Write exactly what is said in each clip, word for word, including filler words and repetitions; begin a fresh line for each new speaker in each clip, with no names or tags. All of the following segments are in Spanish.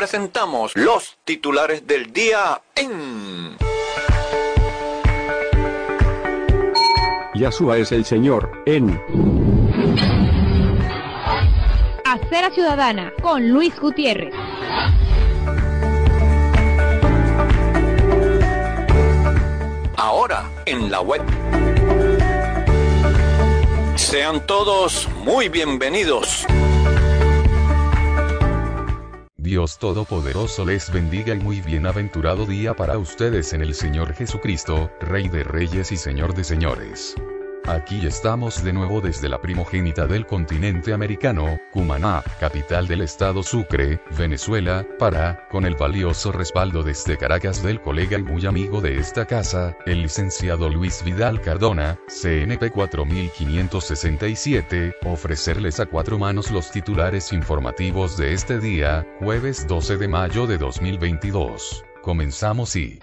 presentamos los titulares del día en...
Yahshua es el Señor en...
Acera Ciudadana con Luis Gutiérrez.
Ahora en la web. Sean todos muy bienvenidos.
Dios Todopoderoso les bendiga y muy bienaventurado día para ustedes en el Señor Jesucristo, Rey de Reyes y Señor de Señores. Aquí estamos de nuevo desde la primogénita del continente americano, Cumaná, capital del estado Sucre, Venezuela, para, con el valioso respaldo desde Caracas del colega y muy amigo de esta casa, el licenciado Luis Vidal Cardona, C N P cuatro mil quinientos sesenta y siete, ofrecerles a cuatro manos los titulares informativos de este día, jueves doce de mayo de dos mil veintidós. Comenzamos y...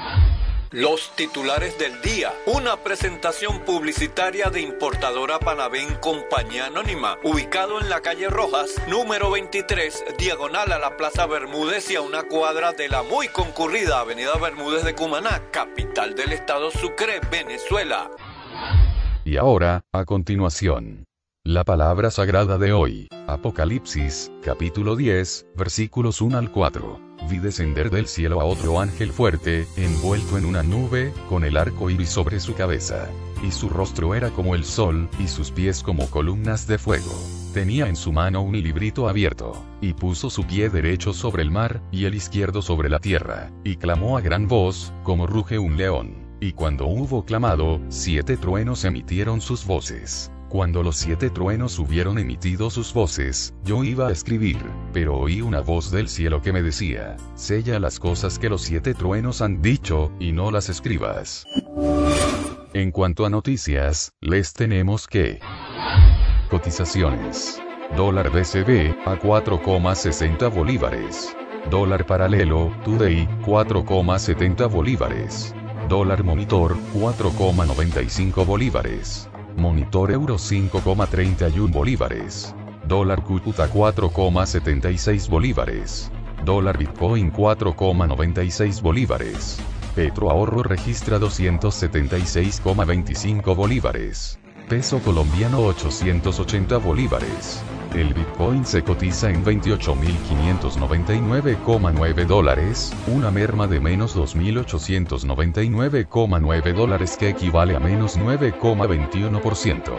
Los titulares del día. Una presentación publicitaria de Importadora Panavén Compañía Anónima, ubicado en la calle Rojas, número veintitrés, diagonal a la Plaza Bermúdez y a una cuadra de la muy concurrida Avenida Bermúdez de Cumaná, capital del estado Sucre, Venezuela.
Y ahora, a continuación, la palabra sagrada de hoy, Apocalipsis, capítulo diez, versículos uno al cuatro. Vi descender del cielo a otro ángel fuerte, envuelto en una nube, con el arco iris sobre su cabeza. Y su rostro era como el sol, y sus pies como columnas de fuego. Tenía en su mano un librito abierto, y puso su pie derecho sobre el mar, y el izquierdo sobre la tierra, y clamó a gran voz, como ruge un león. Y cuando hubo clamado, siete truenos emitieron sus voces. Cuando los siete truenos hubieron emitido sus voces, yo iba a escribir, pero oí una voz del cielo que me decía, sella las cosas que los siete truenos han dicho, y no las escribas. En cuanto a noticias, les tenemos que... Cotizaciones. Dólar B C B, a cuatro coma sesenta bolívares. Dólar paralelo, Today, cuatro coma setenta bolívares. Dólar monitor, cuatro coma noventa y cinco bolívares. Monitor euro cinco coma treinta y uno bolívares. Dólar Cúcuta cuatro coma setenta y seis bolívares. Dólar Bitcoin cuatro coma noventa y seis bolívares. Petro Ahorro registra doscientos setenta y seis coma veinticinco bolívares. Peso colombiano ochocientos ochenta bolívares. El Bitcoin se cotiza en veintiocho mil quinientos noventa y nueve coma nueve dólares, una merma de menos dos mil ochocientos noventa y nueve coma nueve dólares que equivale a menos nueve coma veintiuno por ciento.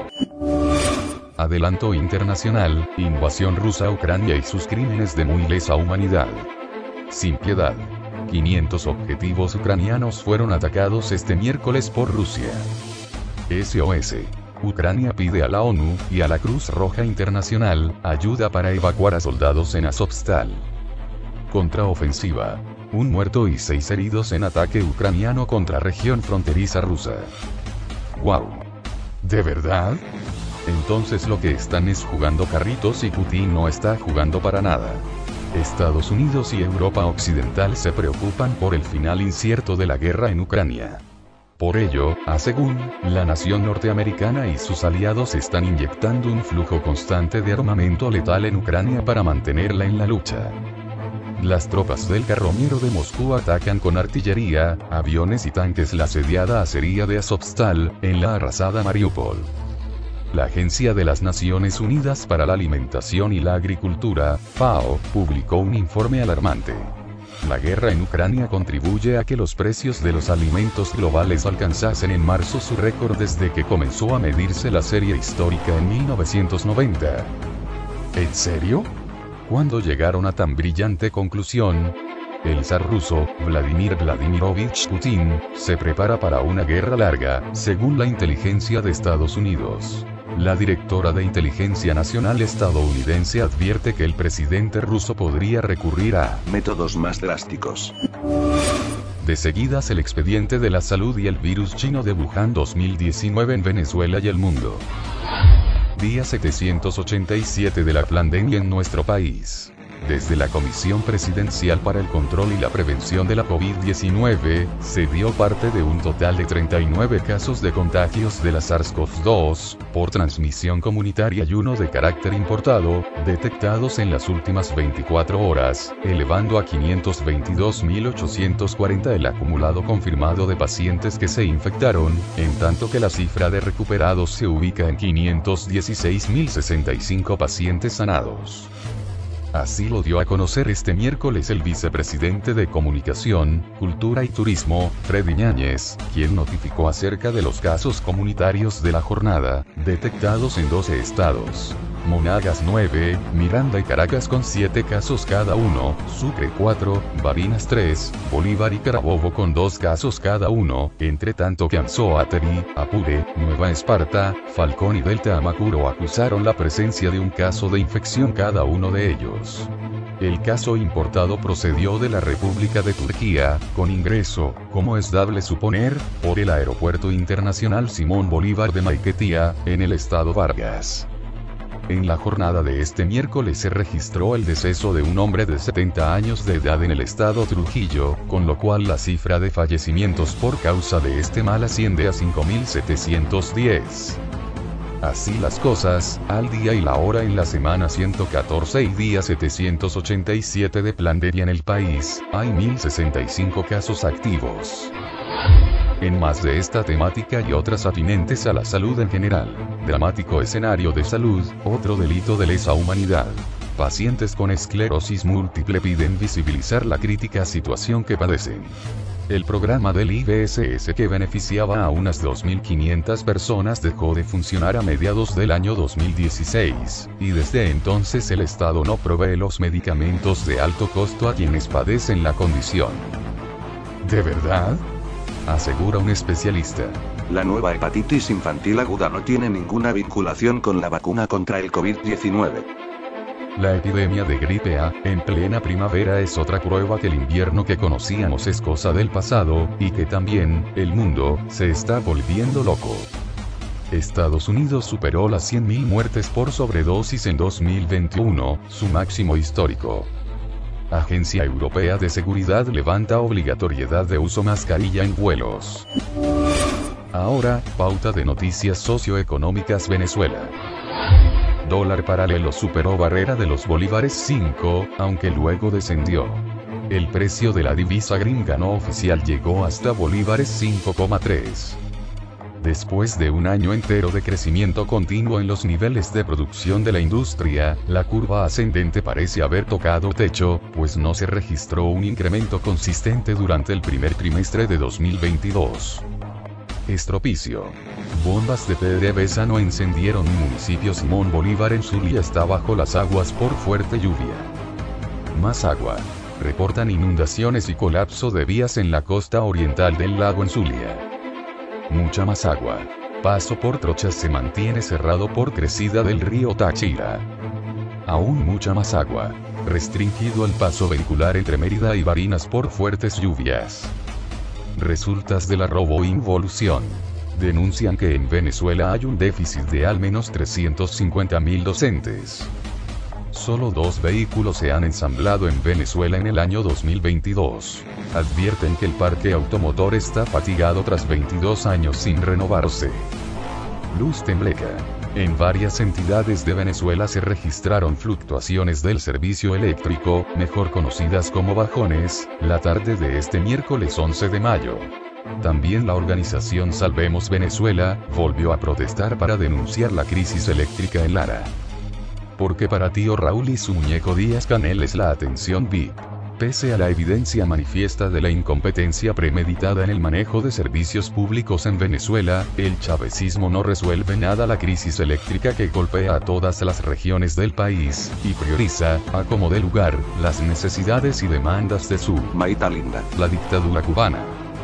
Adelanto internacional, invasión rusa a Ucrania y sus crímenes de muy lesa humanidad. Sin piedad. quinientos objetivos ucranianos fueron atacados este miércoles por Rusia. S O S. Ucrania pide a la ONU, y a la Cruz Roja Internacional, ayuda para evacuar a soldados en Azovstal. Contraofensiva. Un muerto y seis heridos en ataque ucraniano contra región fronteriza rusa. ¡Wow! ¿De verdad? Entonces lo que están es jugando carritos y Putin no está jugando para nada. Estados Unidos y Europa Occidental se preocupan por el final incierto de la guerra en Ucrania. Por ello, según la nación norteamericana y sus aliados están inyectando un flujo constante de armamento letal en Ucrania para mantenerla en la lucha. Las tropas del carroñero de Moscú atacan con artillería, aviones y tanques la asediada acería de Azovstal, en la arrasada Mariupol. La Agencia de las Naciones Unidas para la Alimentación y la Agricultura, FAO, publicó un informe alarmante. La guerra en Ucrania contribuye a que los precios de los alimentos globales alcanzasen en marzo su récord desde que comenzó a medirse la serie histórica en mil novecientos noventa. ¿En serio? ¿Cuándo llegaron a tan brillante conclusión? El zar ruso, Vladimir Vladimirovich Putin, se prepara para una guerra larga, según la inteligencia de Estados Unidos. La directora de Inteligencia Nacional estadounidense advierte que el presidente ruso podría recurrir a
métodos más drásticos.
De seguidas el expediente de la salud y el virus chino de Wuhan dos mil diecinueve en Venezuela y el mundo. Día setecientos ochenta y siete de la pandemia en nuestro país. desde la Comisión Presidencial para el Control y la Prevención de la COVID diecinueve, se dio parte de un total de treinta y nueve casos de contagios de la SARS-CoV dos, por transmisión comunitaria y uno de carácter importado, detectados en las últimas veinticuatro horas, elevando a quinientos veintidós mil ochocientos cuarenta el acumulado confirmado de pacientes que se infectaron, en tanto que la cifra de recuperados se ubica en quinientos dieciséis mil sesenta y cinco pacientes sanados. Así lo dio a conocer este miércoles el vicepresidente de Comunicación, Cultura y Turismo, Freddy Yáñez, quien notificó acerca de los casos comunitarios de la jornada, detectados en doce estados. Monagas nueve, Miranda y Caracas con siete casos cada uno, Sucre cuatro, Barinas tres, Bolívar y Carabobo con dos casos cada uno, entre tanto que Anzoátegui, Apure, Nueva Esparta, Falcón y Delta Amacuro acusaron la presencia de un caso de infección cada uno de ellos. El caso importado procedió de la República de Turquía, con ingreso, como es dable suponer, por el Aeropuerto Internacional Simón Bolívar de Maiquetía, en el estado Vargas. En la jornada de este miércoles se registró el deceso de un hombre de setenta años de edad en el estado Trujillo, con lo cual la cifra de fallecimientos por causa de este mal asciende a cinco mil setecientos diez. Así las cosas, al día y la hora en la semana ciento catorce y día setecientos ochenta y siete de pandemia en el país, hay mil sesenta y cinco casos activos. En más de esta temática y otras atinentes a la salud en general, dramático escenario de salud, otro delito de lesa humanidad. Pacientes con esclerosis múltiple piden visibilizar la crítica situación que padecen. El programa del I B S S que beneficiaba a unas dos mil quinientas personas dejó de funcionar a mediados del año dos mil dieciséis, y desde entonces el Estado no provee los medicamentos de alto costo a quienes padecen la condición. ¿De verdad?, asegura un especialista.
La nueva hepatitis infantil aguda no tiene ninguna vinculación con la vacuna contra el COVID diecinueve.
La epidemia de gripe A, en plena primavera, es otra prueba que el invierno que conocíamos es cosa del pasado, y que también, el mundo, se está volviendo loco. Estados Unidos superó las cien mil muertes por sobredosis en dos mil veintiuno, su máximo histórico. Agencia Europea de Seguridad levanta obligatoriedad de uso mascarilla en vuelos. Ahora, pauta de noticias socioeconómicas. Venezuela. Dólar paralelo superó barrera de los bolívares cinco, aunque luego descendió. El precio de la divisa gringa no oficial llegó hasta bolívares cinco coma tres. Después de un año entero de crecimiento continuo en los niveles de producción de la industria, la curva ascendente parece haber tocado techo, pues no se registró un incremento consistente durante el primer trimestre de dos mil veintidós. Estropicio. Bombas de P D V S A no encendieron. El municipio Simón Bolívar en Zulia está bajo las aguas por fuerte lluvia. Más agua. Reportan inundaciones y colapso de vías en la costa oriental del lago en Zulia. Mucha más agua. Paso por Trochas se mantiene cerrado por crecida del río Táchira. Aún mucha más agua. Restringido el paso vehicular entre Mérida y Barinas por fuertes lluvias. Resultas de la roboinvolución. Denuncian que en Venezuela hay un déficit de al menos trescientos cincuenta mil docentes. Solo dos vehículos se han ensamblado en Venezuela en el año dos mil veintidós. Advierten que el parque automotor está fatigado tras veintidós años sin renovarse. Luz tembleca. En varias entidades de Venezuela se registraron fluctuaciones del servicio eléctrico, mejor conocidas como bajones, la tarde de este miércoles once de mayo. También la organización Salvemos Venezuela volvió a protestar para denunciar la crisis eléctrica en Lara. Porque para tío Raúl y su muñeco Díaz Canel es la atención V I P. Pese a la evidencia manifiesta de la incompetencia premeditada en el manejo de servicios públicos en Venezuela, el chavecismo no resuelve nada la crisis eléctrica que golpea a todas las regiones del país, y prioriza, a como de lugar, las necesidades y demandas de su
Maita linda,
la dictadura cubana.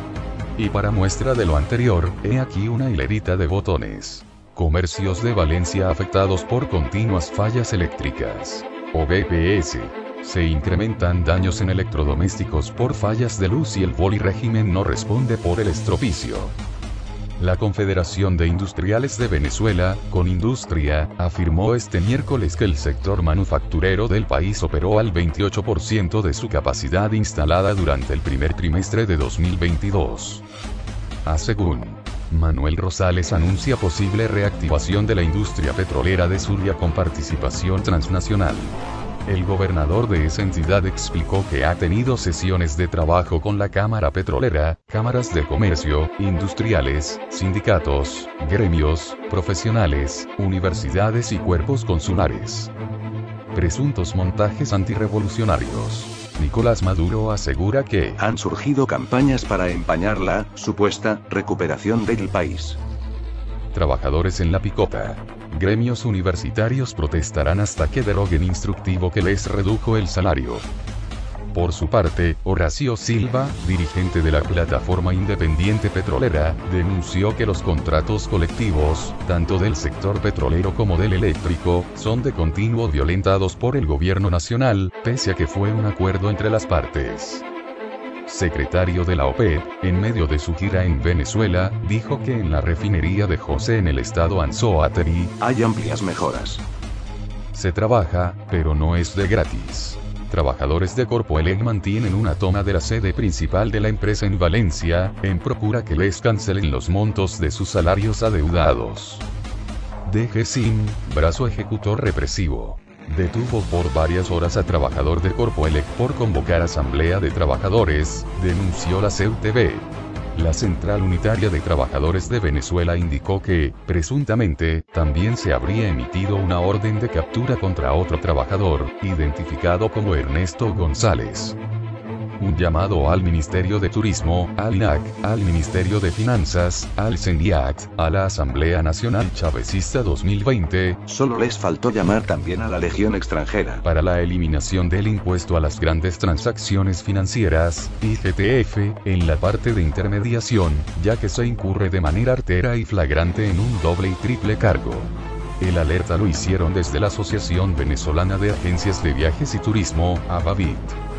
Y para muestra de lo anterior, he aquí una hilerita de botones. Comercios de Valencia afectados por continuas fallas eléctricas. O B P S. Se incrementan daños en electrodomésticos por fallas de luz y el boli régimen no responde por el estropicio. La Confederación de Industriales de Venezuela, Conindustria, afirmó este miércoles que el sector manufacturero del país operó al veintiocho por ciento de su capacidad instalada durante el primer trimestre de dos mil veintidós. A según Manuel Rosales anuncia posible reactivación de la industria petrolera de Zulia con participación transnacional. El gobernador de esa entidad explicó que ha tenido sesiones de trabajo con la Cámara Petrolera, cámaras de comercio, industriales, sindicatos, gremios, profesionales, universidades y cuerpos consulares. Presuntos montajes antirrevolucionarios. Nicolás Maduro asegura que
han surgido campañas para empañar la supuesta recuperación del país.
Trabajadores en la picota. Gremios universitarios protestarán hasta que deroguen instructivo que les redujo el salario. Por su parte, Horacio Silva, dirigente de la plataforma independiente petrolera, denunció que los contratos colectivos, tanto del sector petrolero como del eléctrico, son de continuo violentados por el gobierno nacional, pese a que fue un acuerdo entre las partes. Secretario de la OPEP, en medio de su gira en Venezuela, dijo que en la refinería de José en el estado Anzoátegui
hay amplias mejoras.
Se trabaja, pero no es de gratis. Trabajadores de Corpoelec mantienen una toma de la sede principal de la empresa en Valencia, en procura que les cancelen los montos de sus salarios adeudados. D G S I M, brazo ejecutor represivo, detuvo por varias horas a trabajador de Corpoelec por convocar asamblea de trabajadores, denunció la C U T V. La Central Unitaria de Trabajadores de Venezuela indicó que, presuntamente, también se habría emitido una orden de captura contra otro trabajador, identificado como Ernesto González. Un llamado al Ministerio de Turismo, al I N A C, al Ministerio de Finanzas, al CENIAT, a la Asamblea Nacional Chavecista dos mil veinte,
solo les faltó llamar también a la Legión extranjera,
para la eliminación del impuesto a las grandes transacciones financieras, I G T F, en la parte de intermediación, ya que se incurre de manera artera y flagrante en un doble y triple cargo. El alerta lo hicieron desde la Asociación Venezolana de Agencias de Viajes y Turismo, AVAVIT.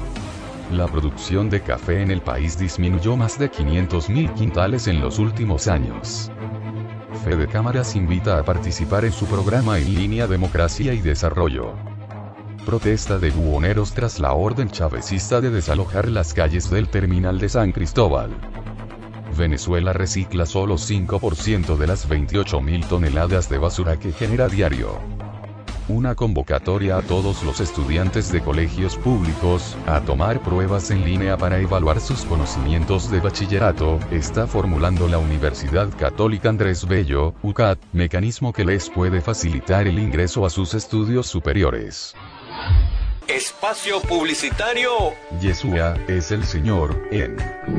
La producción de café en el país disminuyó más de quinientos mil quintales en los últimos años. Fede Cámaras invita a participar en su programa en línea Democracia y Desarrollo. Protesta de buhoneros tras la orden chavecista de desalojar las calles del terminal de San Cristóbal. Venezuela recicla solo cinco por ciento de las veintiocho mil toneladas de basura que genera diario. Una convocatoria a todos los estudiantes de colegios públicos, a tomar pruebas en línea para evaluar sus conocimientos de bachillerato, está formulando la Universidad Católica Andrés Bello, U C A T, mecanismo que les puede facilitar el ingreso a sus estudios superiores.
Espacio publicitario.
Yeshua es el Señor, en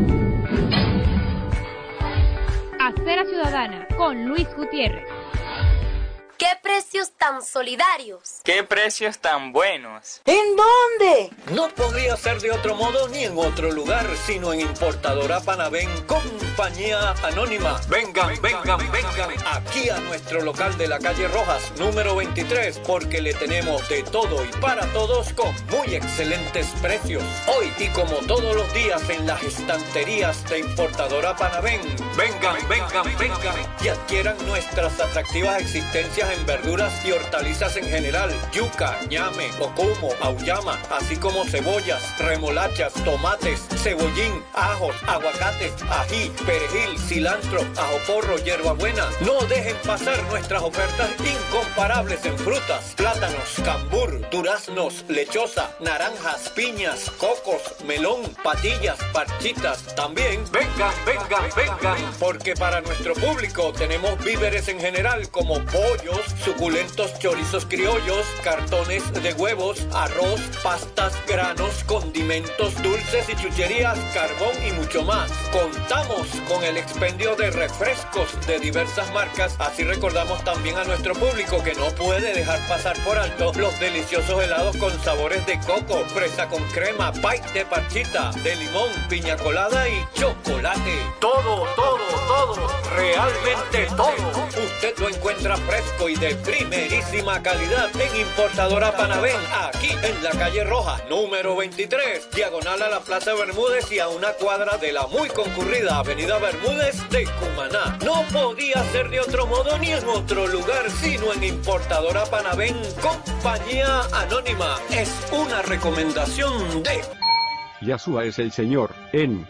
Acera Ciudadana, con Luis Gutiérrez.
¡Qué precios tan solidarios!
¡Qué precios tan buenos!
¿En dónde?
No podría ser de otro modo ni en otro lugar, sino en Importadora Panavén, compañía anónima. Vengan, vengan, vengan aquí a nuestro local de la calle Rojas, número veintitrés, porque le tenemos de todo y para todos con muy excelentes precios. Hoy y como todos los días en las estanterías de Importadora Panavén, vengan, vengan, vengan y adquieran nuestras atractivas existencias en verduras y hortalizas en general, yuca, ñame, ocumo, auyama, así como cebollas, remolachas, tomates, cebollín, ajos, aguacates, ají, perejil, cilantro, ajo porro, hierbabuena. No dejen pasar nuestras ofertas incomparables en frutas, plátanos, cambur, duraznos, lechosa, naranjas, piñas, cocos, melón, patillas, parchitas. También vengan, vengan, vengan, porque para nuestro público tenemos víveres en general como pollos, suculentos chorizos criollos, cartones de huevos, arroz, pastas, granos, condimentos, dulces y chucherías, carbón y mucho más. Contamos con el expendio de refrescos de diversas marcas, así recordamos también a nuestro público que no puede dejar pasar por alto los deliciosos helados con sabores de coco, fresa con crema, pie de parchita, de limón, piña colada y chocolate. Todo, todo, todo, realmente todo. Usted lo encuentra fresco y y de primerísima calidad en Importadora Panavén, aquí en la calle Roja, número veintitrés, diagonal a la Plaza Bermúdez y a una cuadra de la muy concurrida Avenida Bermúdez de Cumaná. No podía ser de otro modo ni en otro lugar, sino en Importadora Panavén, compañía anónima. Es una recomendación de...
Yasua es el señor, en...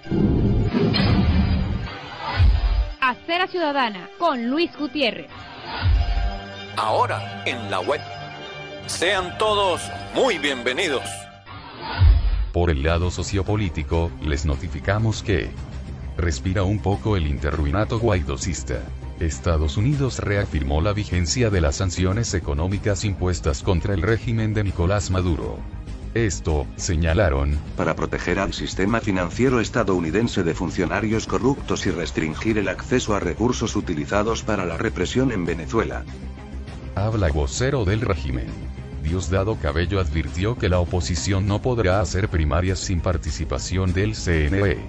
Acera Ciudadana, con Luis Gutiérrez.
Ahora en la web. Sean todos muy bienvenidos.
Por el lado sociopolítico, les notificamos que... respira un poco el interruinato guaidocista. Estados Unidos reafirmó la vigencia de las sanciones económicas impuestas contra el régimen de Nicolás Maduro. Esto, señalaron,
para proteger al sistema financiero estadounidense de funcionarios corruptos y restringir el acceso a recursos utilizados para la represión en Venezuela.
Habla vocero del régimen. Diosdado Cabello advirtió que la oposición no podrá hacer primarias sin participación del C N E.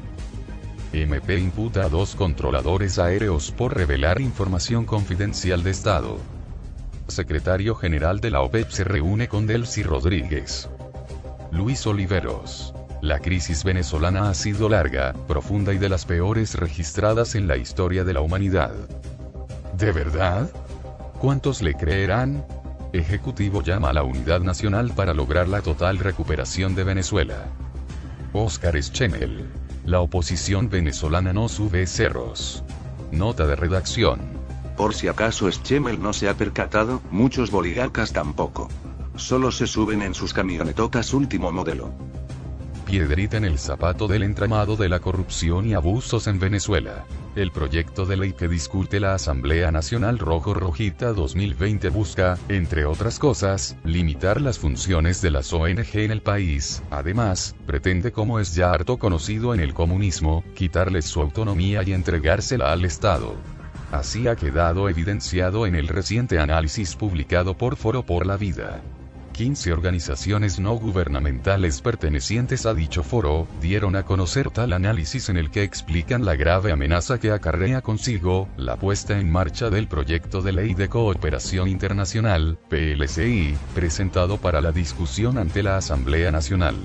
M P imputa a dos controladores aéreos por revelar información confidencial de Estado. Secretario General de la OPEP se reúne con Delcy Rodríguez. Luis Oliveros. La crisis venezolana ha sido larga, profunda y de las peores registradas en la historia de la humanidad. ¿De verdad? ¿Cuántos le creerán? Ejecutivo llama a la unidad nacional para lograr la total recuperación de Venezuela. Óscar Schemel. La oposición venezolana no sube cerros. Nota de redacción.
Por si acaso Schemel no se ha percatado, muchos boligarcas tampoco. Solo se suben en sus camionetotas último modelo.
Piedrita en el zapato del entramado de la corrupción y abusos en Venezuela. El proyecto de ley que discute la Asamblea Nacional Rojo Rojita dos mil veinte busca, entre otras cosas, limitar las funciones de las O N G en el país. Además, pretende, como es ya harto conocido en el comunismo, quitarles su autonomía y entregársela al Estado. Así ha quedado evidenciado en el reciente análisis publicado por Foro por la Vida. quince organizaciones no gubernamentales pertenecientes a dicho foro, dieron a conocer tal análisis en el que explican la grave amenaza que acarrea consigo, la puesta en marcha del proyecto de ley de cooperación internacional, P L C I, presentado para la discusión ante la Asamblea Nacional.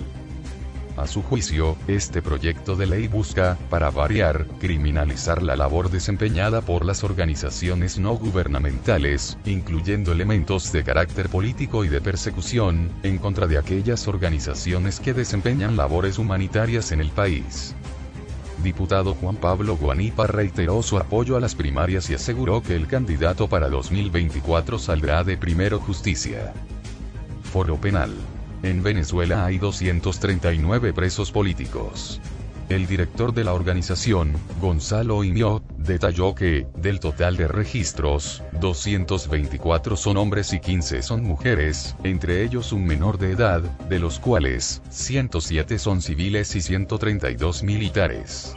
A su juicio, este proyecto de ley busca, para variar, criminalizar la labor desempeñada por las organizaciones no gubernamentales, incluyendo elementos de carácter político y de persecución, en contra de aquellas organizaciones que desempeñan labores humanitarias en el país. Diputado Juan Pablo Guanipa reiteró su apoyo a las primarias y aseguró que el candidato para dos mil veinticuatro saldrá de Primero Justicia. Foro Penal. En Venezuela hay doscientos treinta y nueve presos políticos. El director de la organización, Gonzalo Imiot, detalló que, del total de registros, doscientos veinticuatro son hombres y quince son mujeres, entre ellos un menor de edad, de los cuales, ciento siete son civiles y ciento treinta y dos militares.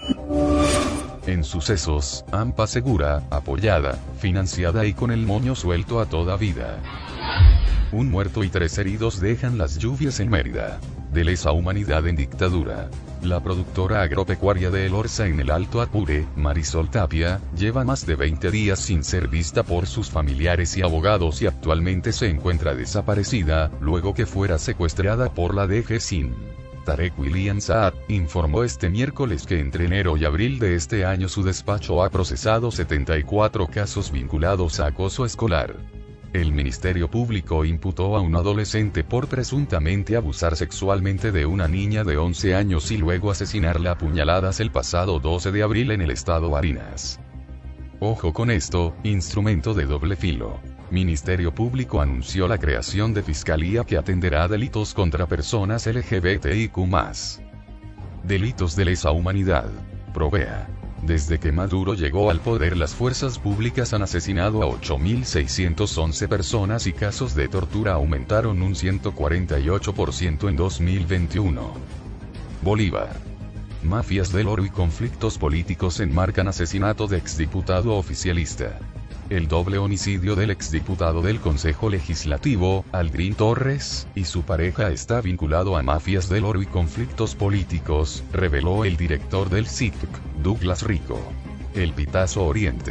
En sucesos, A M P A Segura, apoyada, financiada y con el moño suelto a toda vida. Un muerto y tres heridos dejan las lluvias en Mérida. De lesa humanidad en dictadura. La productora agropecuaria de El Orza en el Alto Apure, Marisol Tapia, lleva más de veinte días sin ser vista por sus familiares y abogados y actualmente se encuentra desaparecida, luego que fuera secuestrada por la D G S I N. Tarek William Saad, informó este miércoles que entre enero y abril de este año su despacho ha procesado setenta y cuatro casos vinculados a acoso escolar. El Ministerio Público imputó a un adolescente por presuntamente abusar sexualmente de una niña de once años y luego asesinarla a puñaladas el pasado doce de abril en el estado Barinas. Ojo con esto, instrumento de doble filo. Ministerio Público anunció la creación de fiscalía que atenderá delitos contra personas L G B T I Q más. Delitos de lesa humanidad. Provea. Desde que Maduro llegó al poder, las fuerzas públicas han asesinado a ocho mil seiscientas once personas y casos de tortura aumentaron un ciento cuarenta y ocho por ciento en dos mil veintiuno. Bolívar. Mafias del oro y conflictos políticos enmarcan asesinato de exdiputado oficialista. El doble homicidio del exdiputado del Consejo Legislativo, Aldrin Torres, y su pareja está vinculado a mafias del oro y conflictos políticos, reveló el director del S I C, Douglas Rico. El Pitazo Oriente.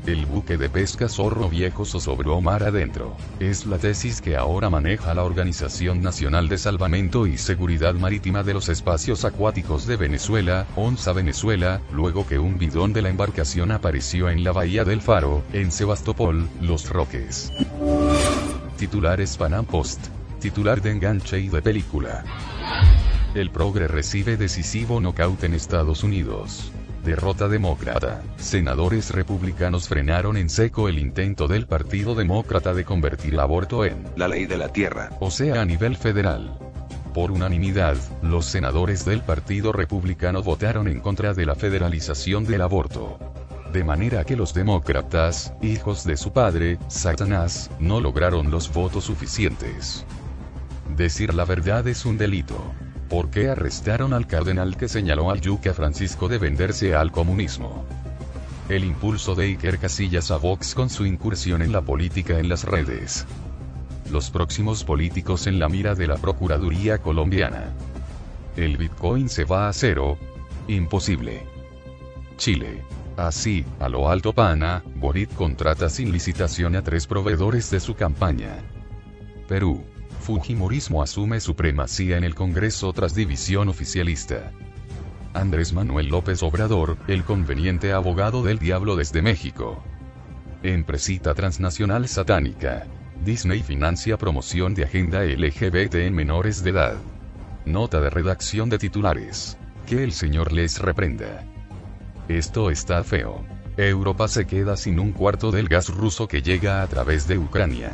El buque de pesca Zorro Viejo zozobró mar adentro. Es la tesis que ahora maneja la Organización Nacional de Salvamento y Seguridad Marítima de los Espacios Acuáticos de Venezuela, ONSA Venezuela, luego que un bidón de la embarcación apareció en la bahía del Faro, en Sebastopol, Los Roques. Titulares Panam Post. Titular de enganche y de película. El Progre recibe decisivo nocaut en Estados Unidos. Derrota demócrata. Senadores republicanos frenaron en seco el intento del Partido Demócrata de convertir el aborto en
la ley de la tierra,
o sea, a nivel federal. Por unanimidad, los senadores del Partido Republicano votaron en contra de la federalización del aborto. De manera que los demócratas, hijos de su padre, Satanás, no lograron los votos suficientes. Decir la verdad es un delito. ¿Por qué arrestaron al cardenal que señaló al Yuca Francisco de venderse al comunismo? El impulso de Iker Casillas a Vox con su incursión en la política en las redes. Los próximos políticos en la mira de la Procuraduría colombiana. ¿El Bitcoin se va a cero? Imposible. Chile. Así, a lo alto pana, Boric contrata sin licitación a tres proveedores de su campaña. Perú. Fujimorismo asume supremacía en el Congreso tras división oficialista. Andrés Manuel López Obrador, el conveniente abogado del diablo desde México. Empresita transnacional satánica. Disney financia promoción de agenda L G B T en menores de edad. Nota de redacción de titulares. Que el Señor les reprenda. Esto está feo. Europa se queda sin un cuarto del gas ruso que llega a través de Ucrania.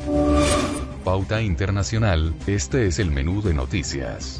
Pauta internacional, este es el menú de noticias.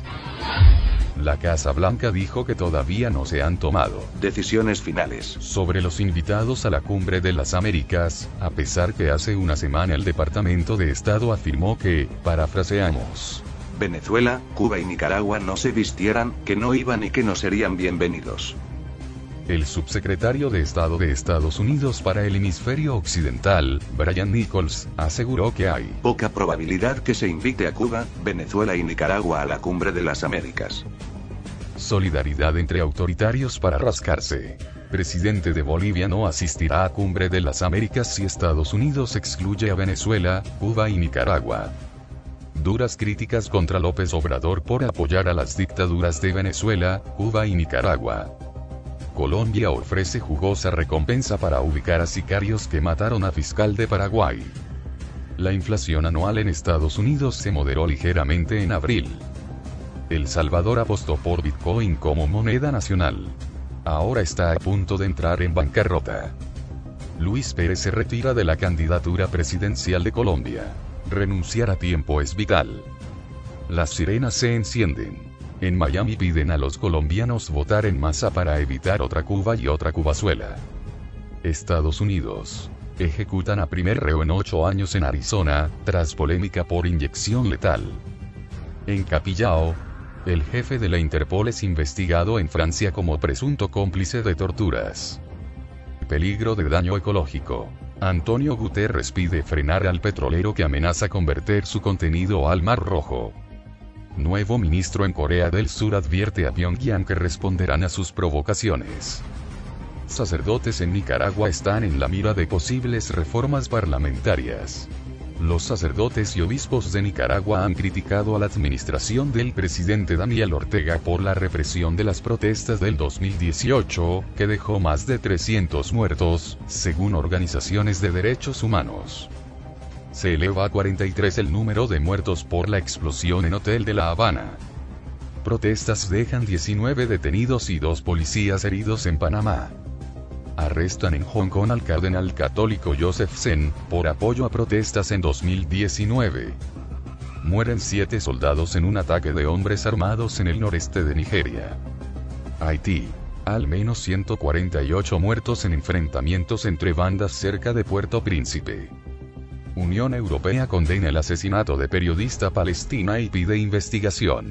La Casa Blanca dijo que todavía no se han tomado
decisiones finales
sobre los invitados a la Cumbre de las Américas, a pesar que hace una semana el Departamento de Estado afirmó que, parafraseamos,
Venezuela, Cuba y Nicaragua no se vistieran, que no iban y que no serían bienvenidos.
El subsecretario de Estado de Estados Unidos para el hemisferio occidental, Brian Nichols, aseguró que hay
poca probabilidad que se invite a Cuba, Venezuela y Nicaragua a la Cumbre de las Américas.
Solidaridad entre autoritarios para rascarse. Presidente de Bolivia no asistirá a Cumbre de las Américas si Estados Unidos excluye a Venezuela, Cuba y Nicaragua. Duras críticas contra López Obrador por apoyar a las dictaduras de Venezuela, Cuba y Nicaragua. Colombia ofrece jugosa recompensa para ubicar a sicarios que mataron a fiscal de Paraguay. La inflación anual en Estados Unidos se moderó ligeramente en abril. El Salvador apostó por Bitcoin como moneda nacional. Ahora está a punto de entrar en bancarrota. Luis Pérez se retira de la candidatura presidencial de Colombia. Renunciar a tiempo es vital. Las sirenas se encienden. En Miami piden a los colombianos votar en masa para evitar otra Cuba y otra Cubazuela. Estados Unidos. Ejecutan a primer reo en ocho años en Arizona, tras polémica por inyección letal. En Capillao, el jefe de la Interpol es investigado en Francia como presunto cómplice de torturas. Peligro de daño ecológico. Antonio Guterres pide frenar al petrolero que amenaza con verter su contenido al Mar Rojo. Nuevo ministro en Corea del Sur advierte a Pyongyang que responderán a sus provocaciones. Sacerdotes en Nicaragua están en la mira de posibles reformas parlamentarias. Los sacerdotes y obispos de Nicaragua han criticado a la administración del presidente Daniel Ortega por la represión de las protestas del dos mil dieciocho, que dejó más de trescientos muertos, según organizaciones de derechos humanos. Se eleva a cuarenta y tres el número de muertos por la explosión en hotel de La Habana. Protestas dejan diecinueve detenidos y dos policías heridos en Panamá. Arrestan en Hong Kong al cardenal católico Joseph Zen, por apoyo a protestas en dos mil diecinueve. Mueren siete soldados en un ataque de hombres armados en el noreste de Nigeria. Haití. Al menos ciento cuarenta y ocho muertos en enfrentamientos entre bandas cerca de Puerto Príncipe. Unión Europea condena el asesinato de periodista palestina y pide investigación.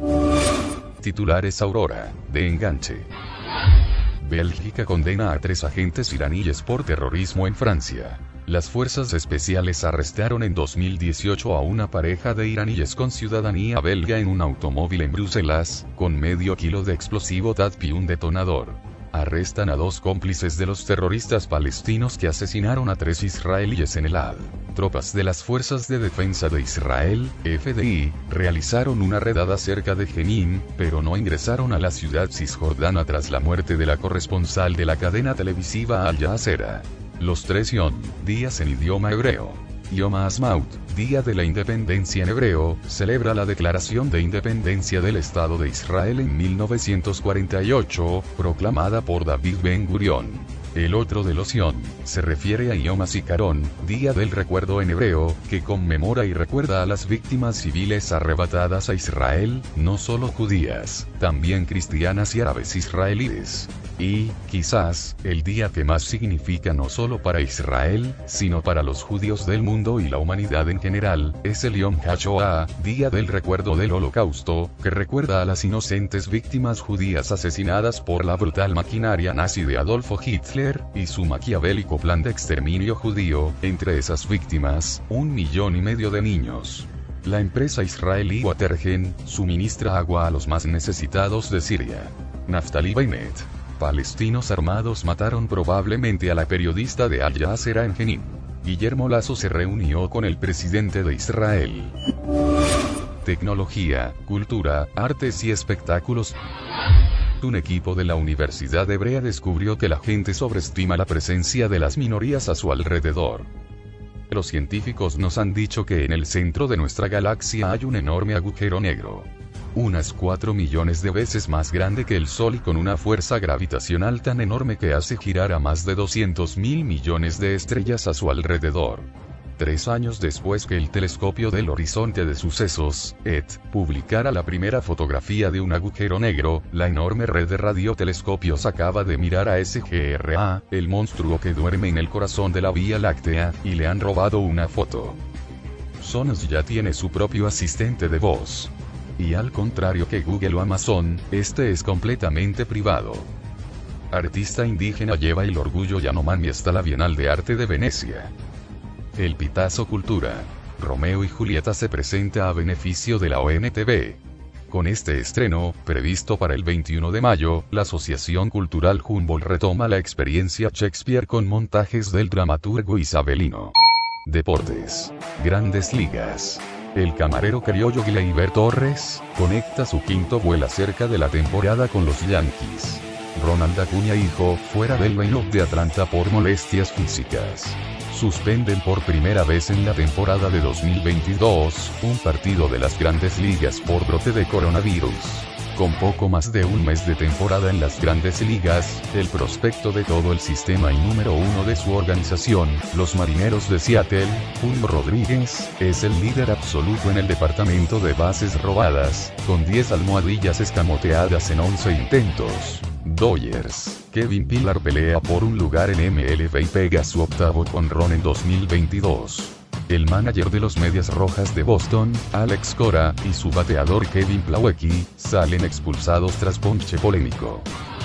Titulares Aurora, de enganche. Bélgica condena a tres agentes iraníes por terrorismo en Francia. Las fuerzas especiales arrestaron en dos mil dieciocho a una pareja de iraníes con ciudadanía belga en un automóvil en Bruselas, con medio kilo de explosivo T A D P y un detonador. Arrestan a dos cómplices de los terroristas palestinos que asesinaron a tres israelíes en Elad. Tropas de las Fuerzas de Defensa de Israel, F D I, realizaron una redada cerca de Jenin, pero no ingresaron a la ciudad cisjordana tras la muerte de la corresponsal de la cadena televisiva Al Jazeera. Los tres Yom, días en idioma hebreo. Yom HaAtzmaut, Día de la Independencia en hebreo, celebra la declaración de independencia del Estado de Israel en mil novecientos cuarenta y ocho, proclamada por David Ben Gurión. El otro de los Yom, se refiere a Yom HaZikaron, Día del Recuerdo en hebreo, que conmemora y recuerda a las víctimas civiles arrebatadas a Israel, no solo judías, también cristianas y árabes israelíes. Y, quizás, el día que más significa no solo para Israel, sino para los judíos del mundo y la humanidad en general, es el Yom HaShoah, Día del Recuerdo del Holocausto, que recuerda a las inocentes víctimas judías asesinadas por la brutal maquinaria nazi de Adolfo Hitler, y su maquiavélico plan de exterminio judío, entre esas víctimas, un millón y medio de niños. La empresa israelí Watergen, suministra agua a los más necesitados de Siria. Naftali Bennett. Palestinos armados mataron probablemente a la periodista de Al Jazeera en Jenin. Guillermo Lasso se reunió con el presidente de Israel. Tecnología, cultura, artes y espectáculos. Un equipo de la Universidad Hebrea descubrió que la gente sobreestima la presencia de las minorías a su alrededor. Los científicos nos han dicho que en el centro de nuestra galaxia hay un enorme agujero negro. Unas cuatro millones de veces más grande que el Sol y con una fuerza gravitacional tan enorme que hace girar a más de doscientos mil millones de estrellas a su alrededor. Tres años después que el telescopio del Horizonte de Sucesos, E T, publicara la primera fotografía de un agujero negro, la enorme red de radiotelescopios acaba de mirar a S G R A, el monstruo que duerme en el corazón de la Vía Láctea, y le han robado una foto. Sonos ya tiene su propio asistente de voz. Y al contrario que Google o Amazon, este es completamente privado. Artista indígena lleva el orgullo Yanomami hasta la Bienal de Arte de Venecia. El Pitazo Cultura. Romeo y Julieta se presenta a beneficio de la O N T V. Con este estreno, previsto para el veintiuno de mayo, la Asociación Cultural Humboldt retoma la experiencia Shakespeare con montajes del dramaturgo isabelino. Deportes. Grandes Ligas. El camarero criollo Gleyber Torres, conecta su quinto vuelo acerca de la temporada con los Yankees. Ronald Acuña hijo, fuera del line-up de Atlanta por molestias físicas. Suspenden por primera vez en la temporada de dos mil veintidós, un partido de las Grandes Ligas por brote de coronavirus. Con poco más de un mes de temporada en las Grandes Ligas, el prospecto de todo el sistema y número uno de su organización, los Marineros de Seattle, Julio Rodríguez, es el líder absoluto en el departamento de bases robadas, con diez almohadillas escamoteadas en once intentos. Dodgers, Kevin Pillar pelea por un lugar en M L B y pega su octavo jonrón en dos mil veintidós. El manager de los Medias Rojas de Boston, Alex Cora, y su bateador Kevin Plawecki, salen expulsados tras ponche polémico.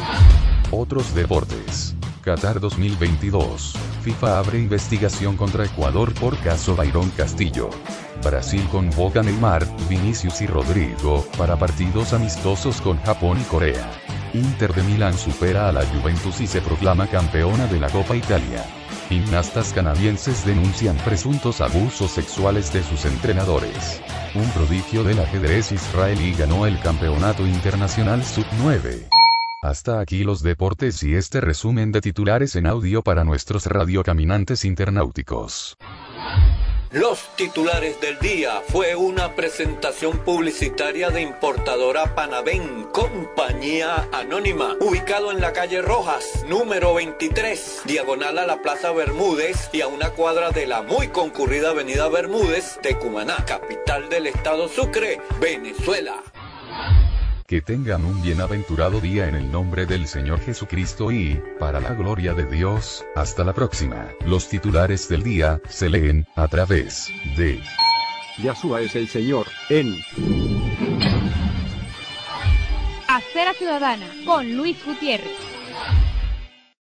Otros deportes. Qatar dos mil veintidós. FIFA abre investigación contra Ecuador por caso Byron Castillo. Brasil convoca a Neymar, Vinicius y Rodrigo, para partidos amistosos con Japón y Corea. Inter de Milán supera a la Juventus y se proclama campeona de la Copa Italia. Gimnastas canadienses denuncian presuntos abusos sexuales de sus entrenadores. Un prodigio del ajedrez israelí ganó el campeonato internacional sub nueve. Hasta aquí los deportes y este resumen de titulares en audio para nuestros radiocaminantes internauticos.
Los titulares del día fue una presentación publicitaria de importadora Panavén, compañía anónima, ubicado en la calle Rojas, número veintitrés, diagonal a la Plaza Bermúdez y a una cuadra de la muy concurrida avenida Bermúdez de Cumaná, capital del estado Sucre, Venezuela.
Que tengan un bienaventurado día en el nombre del Señor Jesucristo y, para la gloria de Dios, hasta la próxima. Los titulares del día se leen a través de
Yahshua es el Señor, en
Acera Ciudadana, con Luis Gutiérrez.